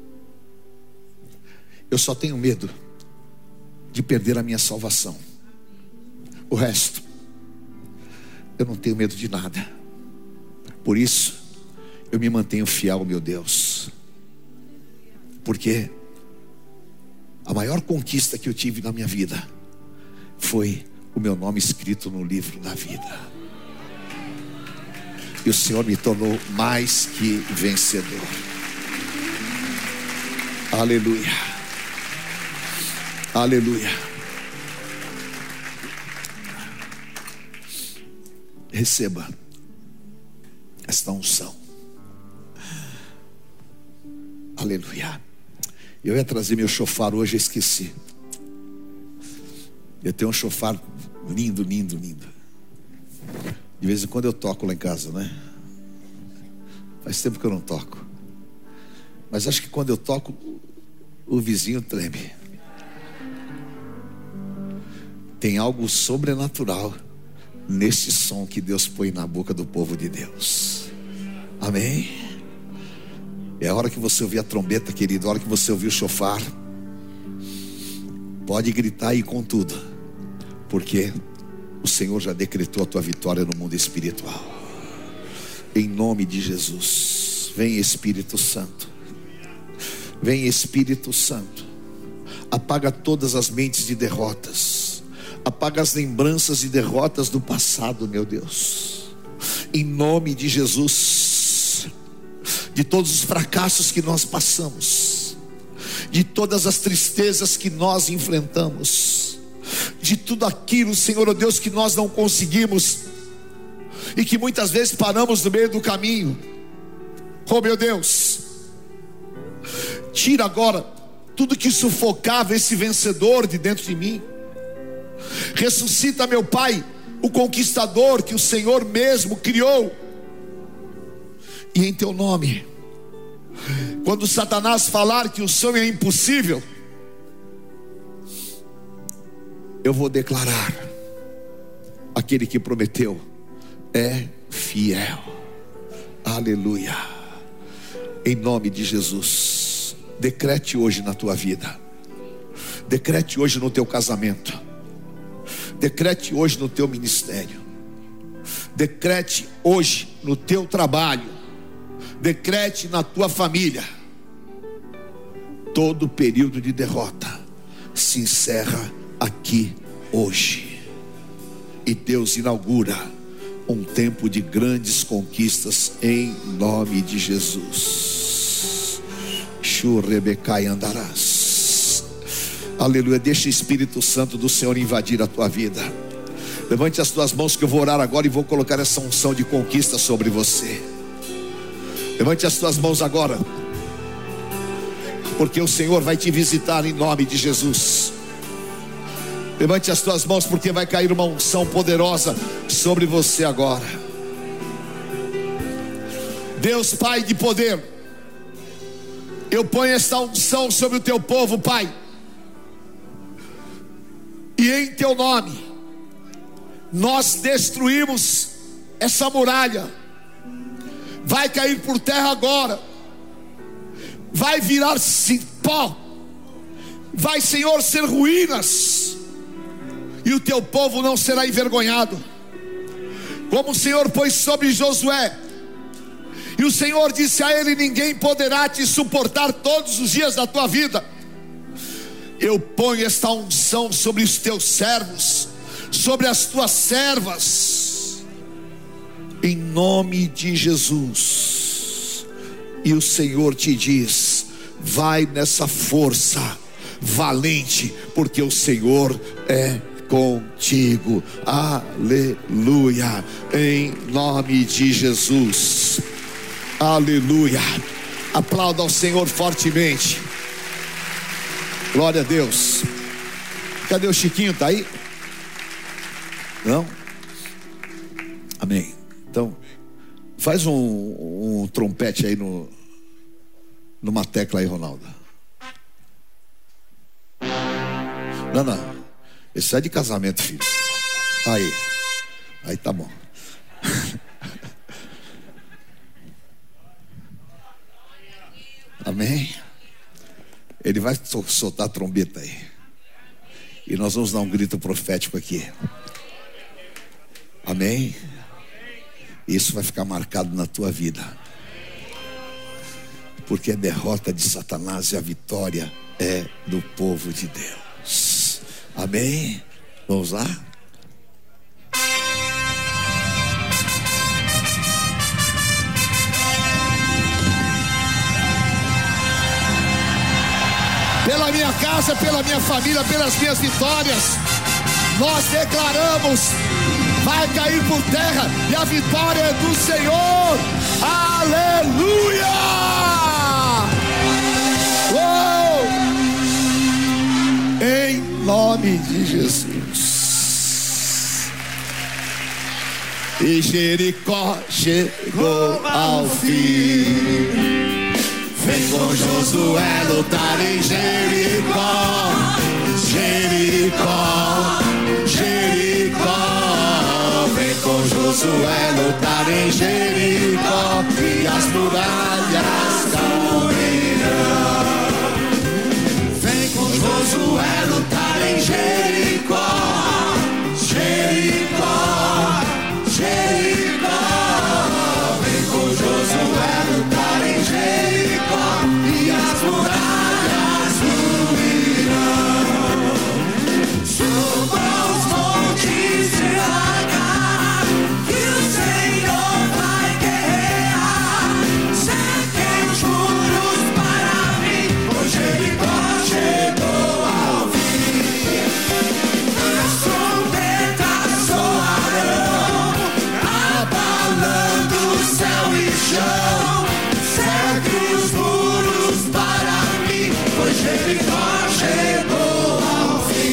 Eu só tenho medo de perder a minha salvação. O resto, eu não tenho medo de nada. Por isso, eu me mantenho fiel ao meu Deus. Porque a maior conquista que eu tive na minha vida foi o meu nome escrito no livro da vida. E o Senhor me tornou mais que vencedor. Aleluia. Aleluia. Receba esta unção. Aleluia. Eu ia trazer meu chofar hoje, eu esqueci. Eu tenho um chofar lindo, lindo, lindo. De vez em quando eu toco lá em casa, né? Faz tempo que eu não toco. Mas acho que quando eu toco, o vizinho treme. Tem algo sobrenatural nesse som que Deus põe na boca do povo de Deus. Amém? É a hora que você ouvir a trombeta, querido, a hora que você ouvir o chofar, pode gritar aí com tudo, porque o Senhor já decretou a tua vitória no mundo espiritual. Em nome de Jesus. Vem Espírito Santo. Vem Espírito Santo. Apaga todas as mentes de derrotas. Apaga as lembranças de derrotas do passado, meu Deus. Em nome de Jesus. De todos os fracassos que nós passamos, de todas as tristezas que nós enfrentamos, de tudo aquilo, Senhor, oh Deus, que nós não conseguimos e que muitas vezes paramos no meio do caminho. Oh meu Deus, tira agora tudo que sufocava esse vencedor de dentro de mim. Ressuscita, meu Pai, o conquistador que o Senhor mesmo criou. E em teu nome, quando Satanás falar que o sonho é impossível, eu vou declarar: aquele que prometeu é fiel. Aleluia. Em nome de Jesus. Decrete hoje na tua vida. Decrete hoje no teu casamento. Decrete hoje no teu ministério. Decrete hoje no teu trabalho. Decrete na tua família. Todo período de derrota se encerra aqui hoje. E Deus inaugura um tempo de grandes conquistas em nome de Jesus. Churebecai andarás. Aleluia. Deixa o Espírito Santo do Senhor invadir a tua vida. Levante as tuas mãos que eu vou orar agora e vou colocar essa unção de conquista sobre você. Levante as tuas mãos agora, porque o Senhor vai te visitar em nome de Jesus. Levante as tuas mãos, porque vai cair uma unção poderosa sobre você agora. Deus Pai de poder, eu ponho esta unção sobre o teu povo, Pai, e em teu nome nós destruímos essa muralha. Vai cair por terra agora. Vai virar-se pó. Vai, Senhor, ser ruínas. E o teu povo não será envergonhado. Como o Senhor pôs sobre Josué. E o Senhor disse a ele: ninguém poderá te suportar todos os dias da tua vida. Eu ponho esta unção sobre os teus servos, sobre as tuas servas. Em nome de Jesus. E o Senhor te diz: vai nessa força valente, porque o Senhor é contigo. Aleluia. Em nome de Jesus. Aleluia. Aplauda ao Senhor fortemente. Glória a Deus. Cadê o Chiquinho? Está aí? Não? Amém. Então, faz um trompete aí numa tecla aí, Ronaldo. Não. Esse é de casamento, filho. Aí tá bom. Amém. Ele vai soltar a trombeta aí. E nós vamos dar um grito profético aqui. Amém. Isso vai ficar marcado na tua vida. Porque a derrota de Satanás e a vitória é do povo de Deus. Amém. Vamos lá? Pela minha casa, pela minha família, pelas minhas vitórias, nós declaramos: vai cair por terra e a vitória é do Senhor. Aleluia! Em nome de Jesus. E Jericó chegou ao fim. Vem com Josué lutar em Jericó. Jericó, Jericó. Vem com Josué lutar em Jericó. E as muralhas cairão. Vem com Josué lutar em Jericó. Jericó, Jericó. Vem com Josué lutar em Jericó. E as muralhas ruirão. Suba os montes de Agar, que o Senhor vai guerrear. Cerquem os muros para mim, pois Jericó chegou ao fim. As trombetas soarão, abalando o céu e chão. Cerque os muros para mim, pois Jericó chegou ao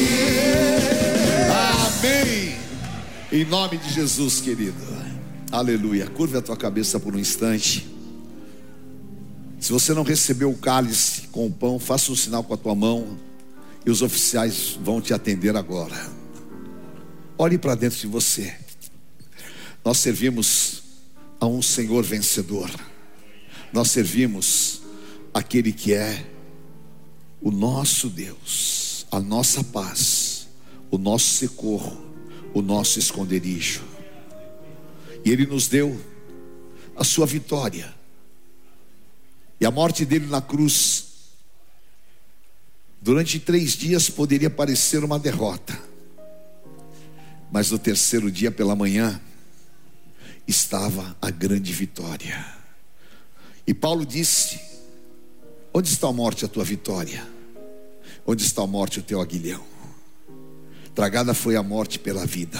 fim. Amém. Em nome de Jesus, querido. Aleluia. Curva a tua cabeça por um instante. Se você não recebeu o cálice com o pão, faça um sinal com a tua mão e os oficiais vão te atender agora. Olhe para dentro de você. Nós servimos a um Senhor vencedor. Nós servimos aquele que é o nosso Deus, a nossa paz, o nosso socorro, o nosso esconderijo. E Ele nos deu a sua vitória. E a morte dele na cruz, durante 3 dias poderia parecer uma derrota, mas no terceiro dia pela manhã estava a grande vitória. E Paulo disse: onde está a morte, a tua vitória? Onde está a morte, o teu aguilhão? Tragada foi a morte pela vida.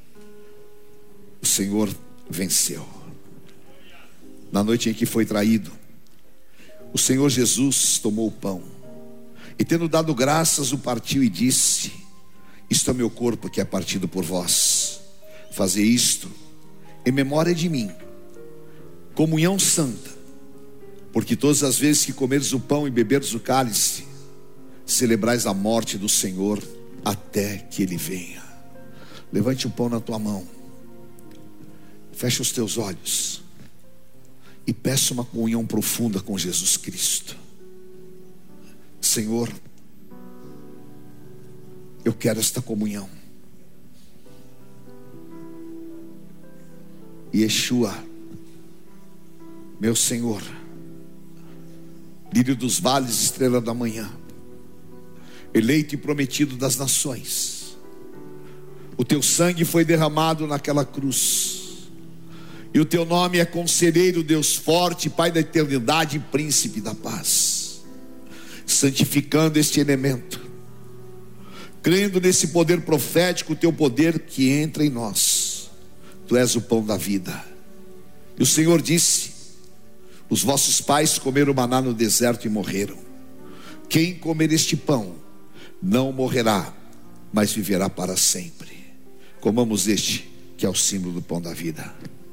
O Senhor venceu. Na noite em que foi traído, o Senhor Jesus tomou o pão e, tendo dado graças, o partiu e disse: isto é meu corpo que é partido por vós. Fazei isto em memória de mim. Comunhão santa. Porque todas as vezes que comeres o pão e beberes o cálice, celebrais a morte do Senhor até que Ele venha. Levante o pão na tua mão, fecha os teus olhos e peça uma comunhão profunda com Jesus Cristo. Senhor, eu quero esta comunhão. Yeshua, meu Senhor, lírio dos vales, estrela da manhã, eleito e prometido das nações, o teu sangue foi derramado naquela cruz, e o teu nome é Conselheiro, Deus forte, Pai da eternidade e Príncipe da paz. Santificando este elemento, crendo nesse poder profético, o teu poder que entra em nós. Tu és o pão da vida. E o Senhor disse: Os vossos pais comeram maná no deserto e morreram. Quem comer este pão não morrerá, mas viverá para sempre. Comamos este, que é o símbolo do pão da vida.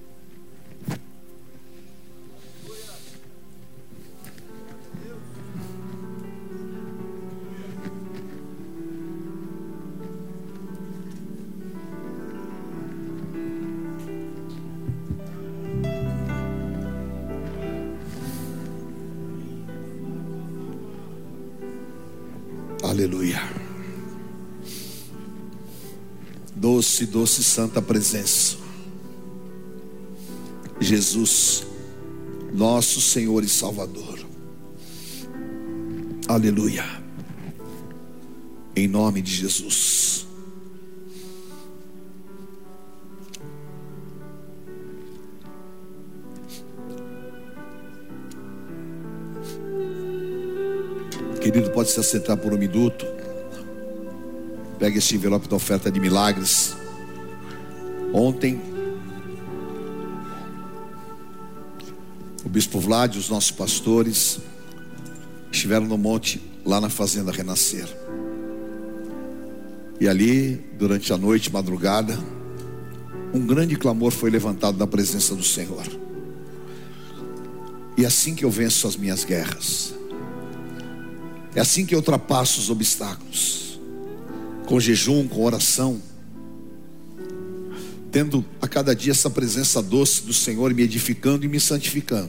Aleluia. Doce, doce santa presença. Jesus, nosso Senhor e Salvador. Aleluia. Em nome de Jesus. Querido, pode se assentar por um minuto. Pega este envelope da oferta de milagres. Ontem, o Bispo Vlad e os nossos pastores estiveram no monte, lá na Fazenda Renascer. E ali, durante a noite, madrugada, um grande clamor foi levantado na presença do Senhor. E é assim que eu venço as minhas guerras. É assim que eu ultrapasso os obstáculos, com jejum, com oração, tendo a cada dia essa presença doce do Senhor me edificando e me santificando.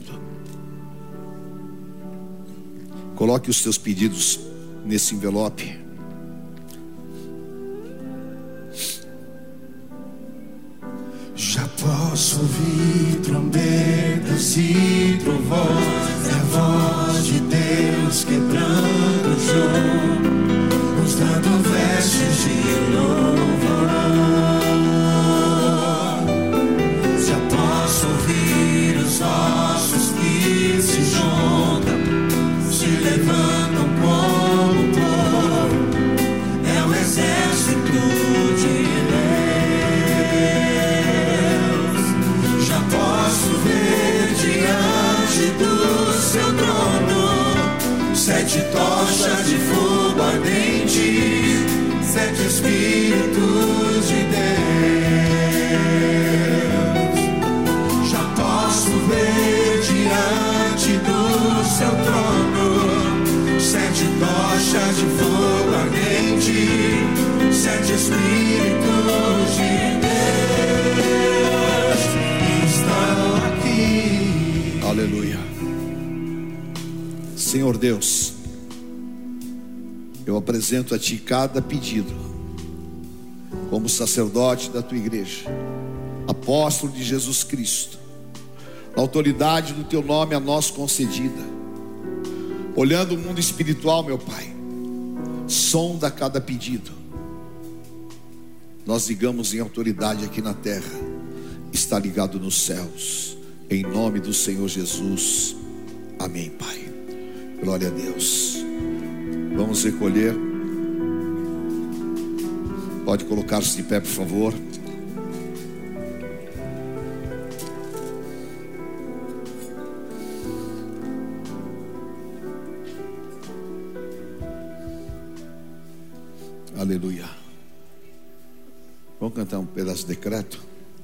Coloque os seus pedidos nesse envelope. Já posso ouvir trombetas e trovões, é a voz de Deus quebrando o jogo, nos dando vestes de louvor. Já posso ouvir os ossos que se juntam, se levantam como povo, é o exército de Deus. Posso ver diante do seu trono 7 tochas de fogo ardente, 7 Espíritos de Deus. Já posso ver diante do seu trono 7 tochas de fogo ardente, 7 Espíritos de Deus. Aleluia. Senhor Deus, eu apresento a Ti cada pedido, como sacerdote da Tua igreja, apóstolo de Jesus Cristo, na autoridade do Teu nome a nós concedida, olhando o mundo espiritual, meu Pai, sonda cada pedido. Nós ligamos em autoridade aqui na terra, está ligado nos céus. Em nome do Senhor Jesus. Amém, Pai. Glória a Deus. Vamos recolher. Pode colocar-se de pé, por favor. Aleluia. Vamos cantar um pedaço de decreto.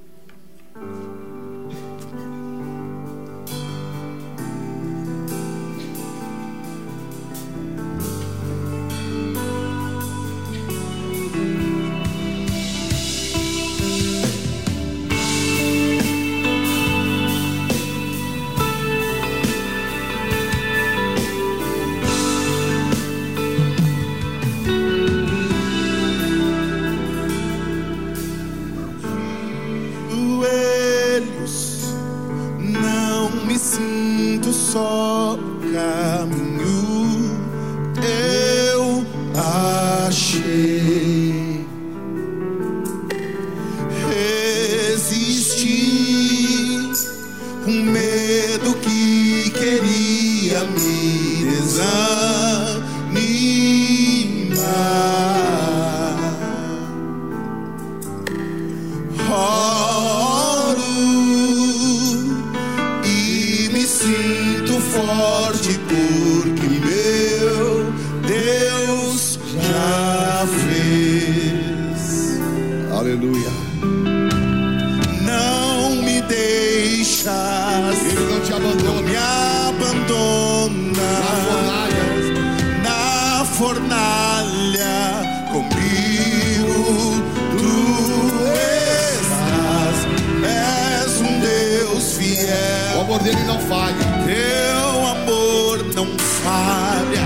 Só caminho eu achei, resisti um medo que queria me desanimar. Oro e me sinto forte, porque meu Deus já fez. Aleluia. Não me deixas, Ele não te abandona. me abandona na fornalha, comigo tu és um Deus fiel. O amor dele não falha. Teu amor não falha,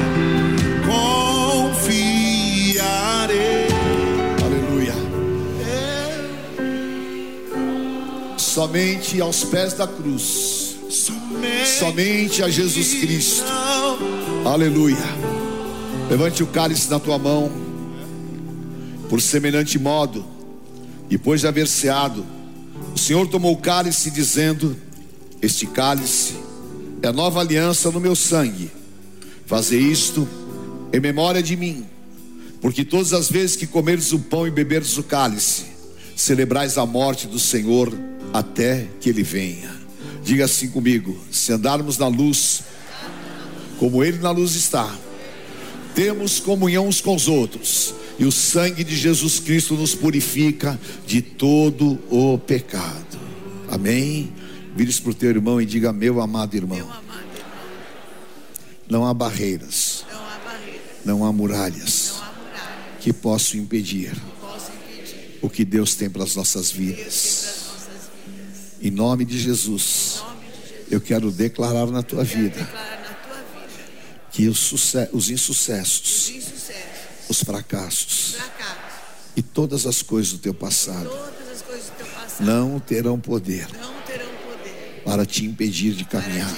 confiarei. Aleluia. Somente aos pés da cruz, somente a Jesus Cristo. Aleluia. Levante o cálice na tua mão. Por semelhante modo, depois de haver ceado, o Senhor tomou o cálice, dizendo: este cálice é a nova aliança no meu sangue. Fazei isto em memória de mim, porque todas as vezes que comerdes o pão e beberdes o cálice, celebrais a morte do Senhor até que Ele venha. Diga assim comigo: se andarmos na luz, como Ele na luz está, temos comunhão uns com os outros, e o sangue de Jesus Cristo nos purifica de todo o pecado. Amém? Vire-se para o teu irmão e diga: meu amado irmão, não há barreiras, não há muralhas que possam impedir o que Deus tem para as nossas vidas. Em nome de Jesus, eu quero declarar na tua vida que os insucessos, os fracassos e todas as coisas do teu passado não terão poder para te impedir de caminhar.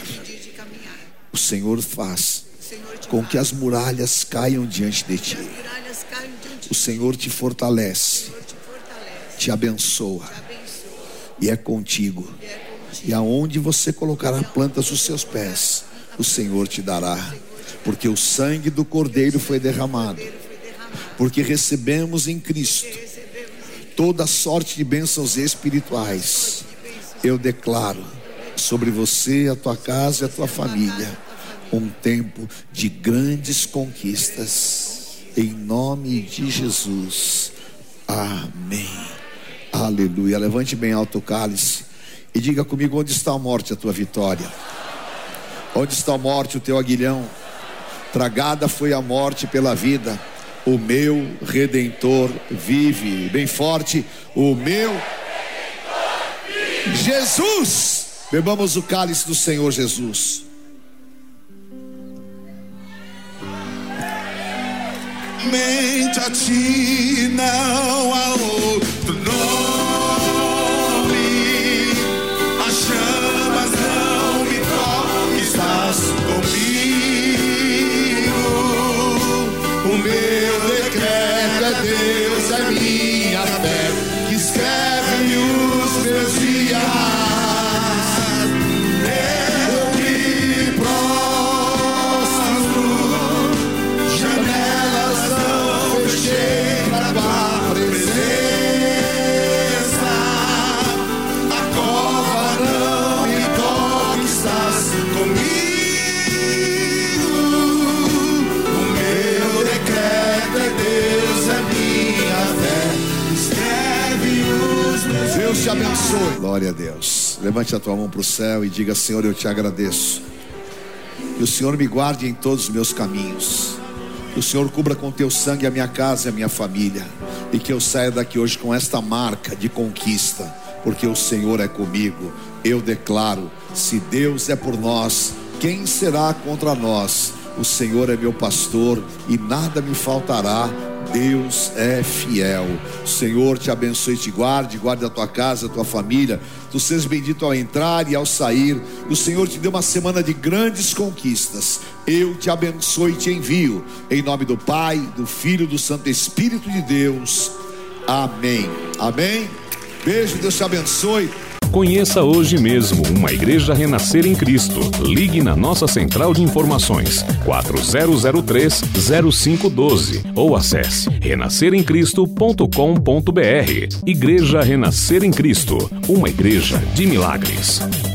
O Senhor faz com que as muralhas caiam diante de ti. O Senhor te fortalece, te abençoa, e é contigo. E aonde você colocar a planta dos seus pés, o Senhor te dará, porque o sangue do Cordeiro foi derramado, porque recebemos em Cristo toda sorte de bênçãos espirituais. Eu declaro sobre você, a tua casa e a tua família um tempo de grandes conquistas, em nome de Jesus. Amém. Aleluia. Levante bem alto o cálice e diga comigo: onde está a morte, a tua vitória? Onde está a morte, o teu aguilhão? Tragada foi a morte pela vida, o meu Redentor vive. Bem forte: o meu Jesus. Bebamos o cálice do Senhor Jesus. Mente a ti não há outro nome, as chamas não me tocam, estás comigo. O meu decreto é Deus, é minha fé, que escreve os meus dias. Deus te abençoe. Glória a Deus. Levante a tua mão para o céu e diga: Senhor, eu te agradeço. Que o Senhor me guarde em todos os meus caminhos. Que o Senhor cubra com teu sangue a minha casa e a minha família. E que eu saia daqui hoje com esta marca de conquista, porque o Senhor é comigo. Eu declaro: se Deus é por nós, quem será contra nós? O Senhor é meu pastor e nada me faltará. Deus é fiel. O Senhor te abençoe e te guarde. Guarde a tua casa, a tua família. Tu sejas bendito ao entrar e ao sair. O Senhor te deu uma semana de grandes conquistas. Eu te abençoe e te envio, em nome do Pai, do Filho e do Santo Espírito de Deus. Amém. Amém. Beijo, Deus te abençoe. Conheça hoje mesmo uma Igreja Renascer em Cristo. Ligue na nossa central de informações 4003-0512 ou acesse renasceremcristo.com.br. Igreja Renascer em Cristo, uma igreja de milagres.